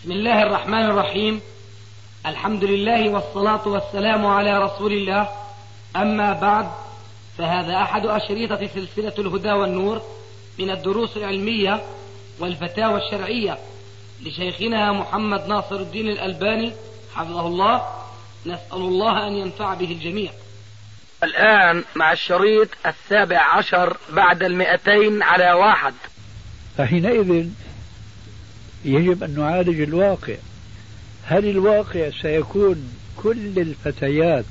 بسم الله الرحمن الرحيم. الحمد لله والصلاة والسلام على رسول الله. أما بعد، فهذا أحد أشريطة سلسلة الهدى والنور من الدروس العلمية والفتاوى الشرعية لشيخنا محمد ناصر الدين الألباني حفظه الله. نسأل الله أن ينفع به الجميع. الآن مع الشريط 17 بعد 200 على 1. فحينئذ يجب أن نعالج الواقع. هل الواقع سيكون كل الفتيات،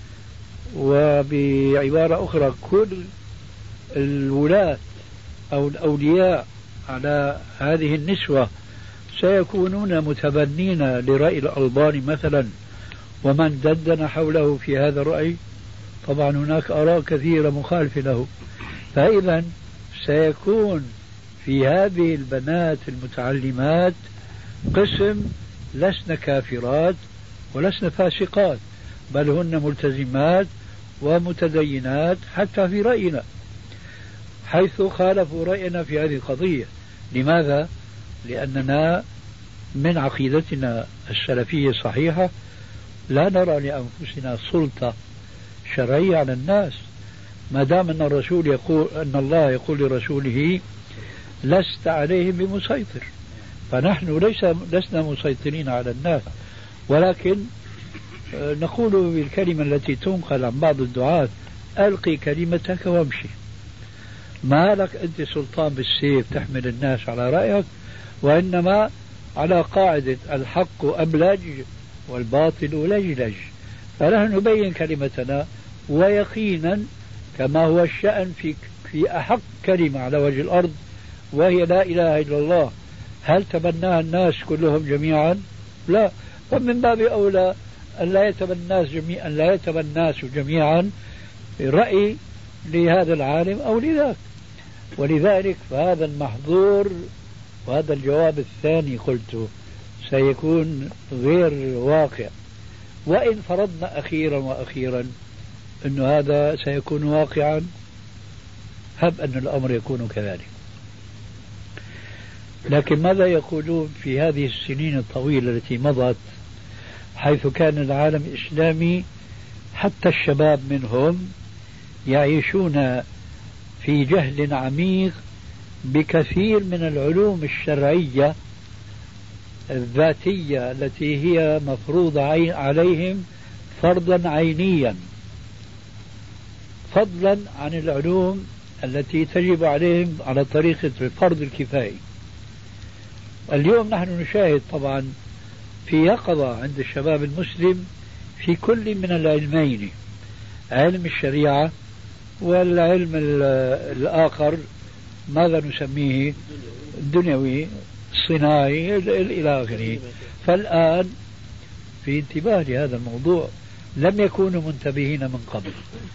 وبعبارة أخرى كل الولاة أو الأولياء على هذه النسوة سيكونون متبنين لرأي الألباني مثلا ومن دندن حوله في هذا الرأي؟ طبعا هناك آراء كثيرة مخالفة له. فإذا سيكون في هذه البنات المتعلمات قسم لسن كافرات ولسن فاسقات، بل هن ملتزمات ومتدينات حتى في رأينا، حيث خالفوا رأينا في هذه القضية. لماذا؟ لأننا من عقيدتنا السلفية الصحيحة لا نرى لأنفسنا سلطة شرعية على الناس، ما دام أن الرسول يقول، أن الله يقول لرسوله لست عليهم بمسيطر، فنحن لسنا مسيطرين على الناس، ولكن نقول بالكلمة التي تنقل عن بعض الدعاة: ألقي كلمتك وامشي. ما لك أنت سلطان بالسيف تحمل الناس على رأيك، وإنما على قاعدة الحق أبلج والباطل لجلج. فنحن نبين كلمتنا، ويقينا كما هو الشأن في أحق كلمة على وجه الأرض وهي لا إله إلا الله. هل تبناها الناس كلهم جميعا؟ لا. فمن باب أولى أن لا يتبنى الناس جميعا رأي لهذا العالم أو لذاك. ولذلك فهذا المحظور، وهذا الجواب الثاني قلته سيكون غير واقع. وإن فرضنا أخيرا أن هذا سيكون واقعا، هب أن الأمر يكون كذلك. لكن ماذا يقولون في هذه السنين الطويلة التي مضت، حيث كان العالم الإسلامي حتى الشباب منهم يعيشون في جهل عميق بكثير من العلوم الشرعية الذاتية التي هي مفروضة عليهم فرضا عينيا، فضلا عن العلوم التي تجب عليهم على طريقة الفرض الكفائي. اليوم نحن نشاهد طبعا في يقظة عند الشباب المسلم في كل من العلمين، علم الشريعة والعلم الآخر ماذا نسميه، الدنيوي الصناعي إلى آخره. فالآن في انتباه لهذا الموضوع، لم يكونوا منتبهين من قبل.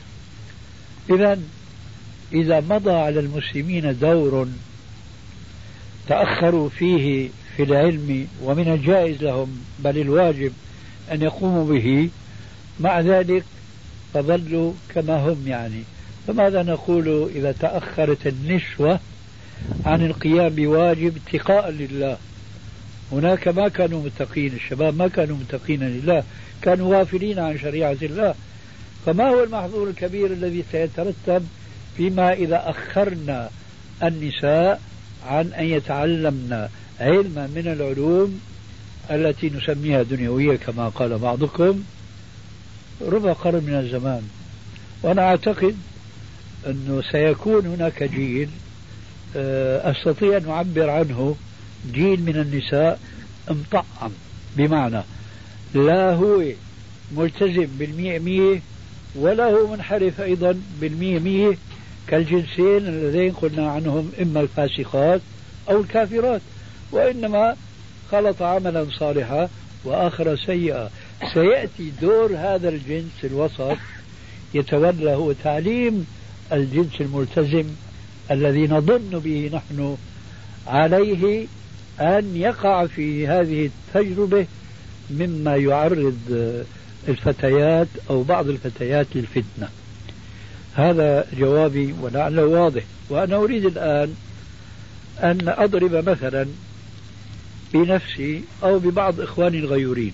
إذا مضى على المسلمين دور تأخروا فيه في العلم، ومن الجائز لهم بل الواجب أن يقوموا به، مع ذلك فظلوا كما هم فماذا نقول إذا تأخرت النسوة عن القيام بواجب اتقاء لله؟ هناك ما كانوا متقين، الشباب ما كانوا متقين لله، كانوا غافلين عن شريعة الله. فما هو المحظور الكبير الذي سيترتب فيما إذا أخرنا النساء عن أن يتعلمن علما من العلوم التي نسميها دنيوية كما قال بعضكم ربع قرن من الزمان؟ وأنا أعتقد أنه سيكون هناك جيل أستطيع أن أعبر عنه جيل من النساء مطعم، بمعنى لا هو ملتزم 100% ولا هو منحرف أيضا 100%، كالجنسين اللذين قلنا عنهم إما الفاسقات أو الكافرات، وإنما خلط عملا صالحا وآخر سيئا. سيأتي دور هذا الجنس الوسط يتولى هو تعليم الجنس الملتزم الذي نظن به نحن عليه أن يقع في هذه التجربة مما يعرض الفتيات أو بعض الفتيات للفتنة. هذا جوابي ولعله واضح. وأنا أريد الآن أن أضرب مثلا بنفسي أو ببعض إخواني الغيورين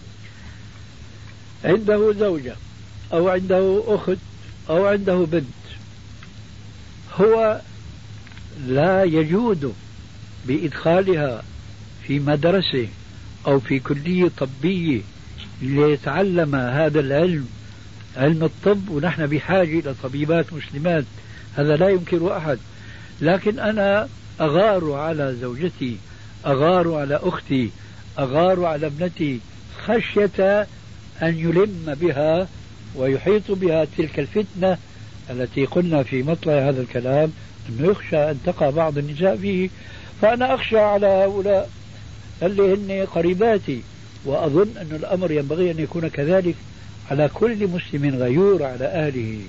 عنده زوجة أو عنده أخت أو عنده بنت، هو لا يجود بإدخالها في مدرسة أو في كلية طبية ليتعلم هذا العلم، علم الطب، ونحن بحاجة إلى طبيبات مسلمات، هذا لا ينكر أحد. لكن أنا أغار على زوجتي، أغار على أختي، أغار على ابنتي، خشية أن يلم بها ويحيط بها تلك الفتنة التي قلنا في مطلع هذا الكلام أنه يخشى أن تقع بعض النساء فيه. فأنا أخشى على هؤلاء اللي هن قريباتي، وأظن أن الأمر ينبغي أن يكون كذلك على كل مسلم غيور على أهله.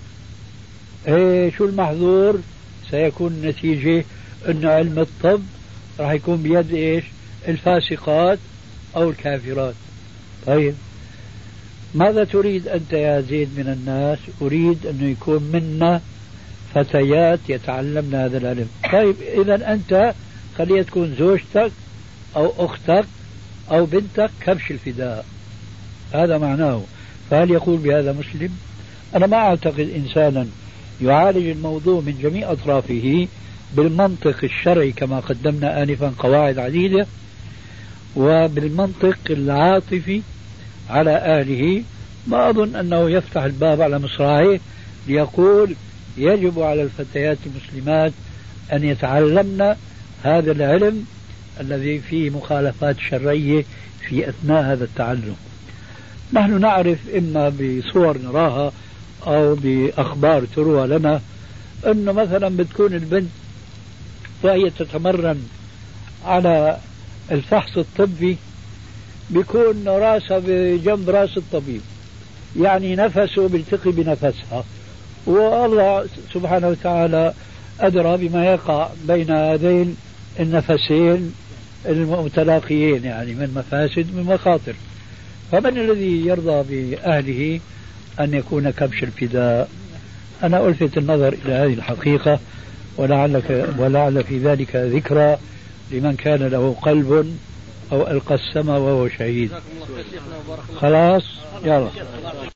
شو المحظور؟ سيكون النتيجة أن علم الطب راح يكون بيد الفاسقات أو الكافرات. طيب ماذا تريد أنت يا زيد من الناس؟ أريد أنه يكون منا فتيات يتعلمن هذا العلم. طيب إذا أنت خليها تكون زوجتك أو أختك أو بنتك كبش الفداء، هذا معناه. فهل يقول بهذا مسلم؟ أنا ما أعتقد إنسانا يعالج الموضوع من جميع أطرافه بالمنطق الشرعي كما قدمنا آنفا قواعد عديدة، وبالمنطق العاطفي على أهله. ما أظن أنه يفتح الباب على مصراعيه ليقول يجب على الفتيات المسلمات أن يتعلمن هذا العلم الذي فيه مخالفات شرعية في أثناء هذا التعلم. نحن نعرف إما بصور نراها أو بأخبار تروى لنا أنه مثلا بتكون البنت وهي تتمرن على الفحص الطبي بيكون راسها بجنب راس الطبيب، يعني نفسه بيلتقي بنفسها، والله سبحانه وتعالى أدرى بما يقع بين هذين النفسين المتلاقيين، يعني من مفاسد من مخاطر. فمن الذي يرضى بأهله أن يكون كبش الفداء؟ أنا ألفت النظر إلى هذه الحقيقة، ولعل في ذلك ذكرى لمن كان له قلب أو ألقى السماء وهو شهيد. خلاص يلا.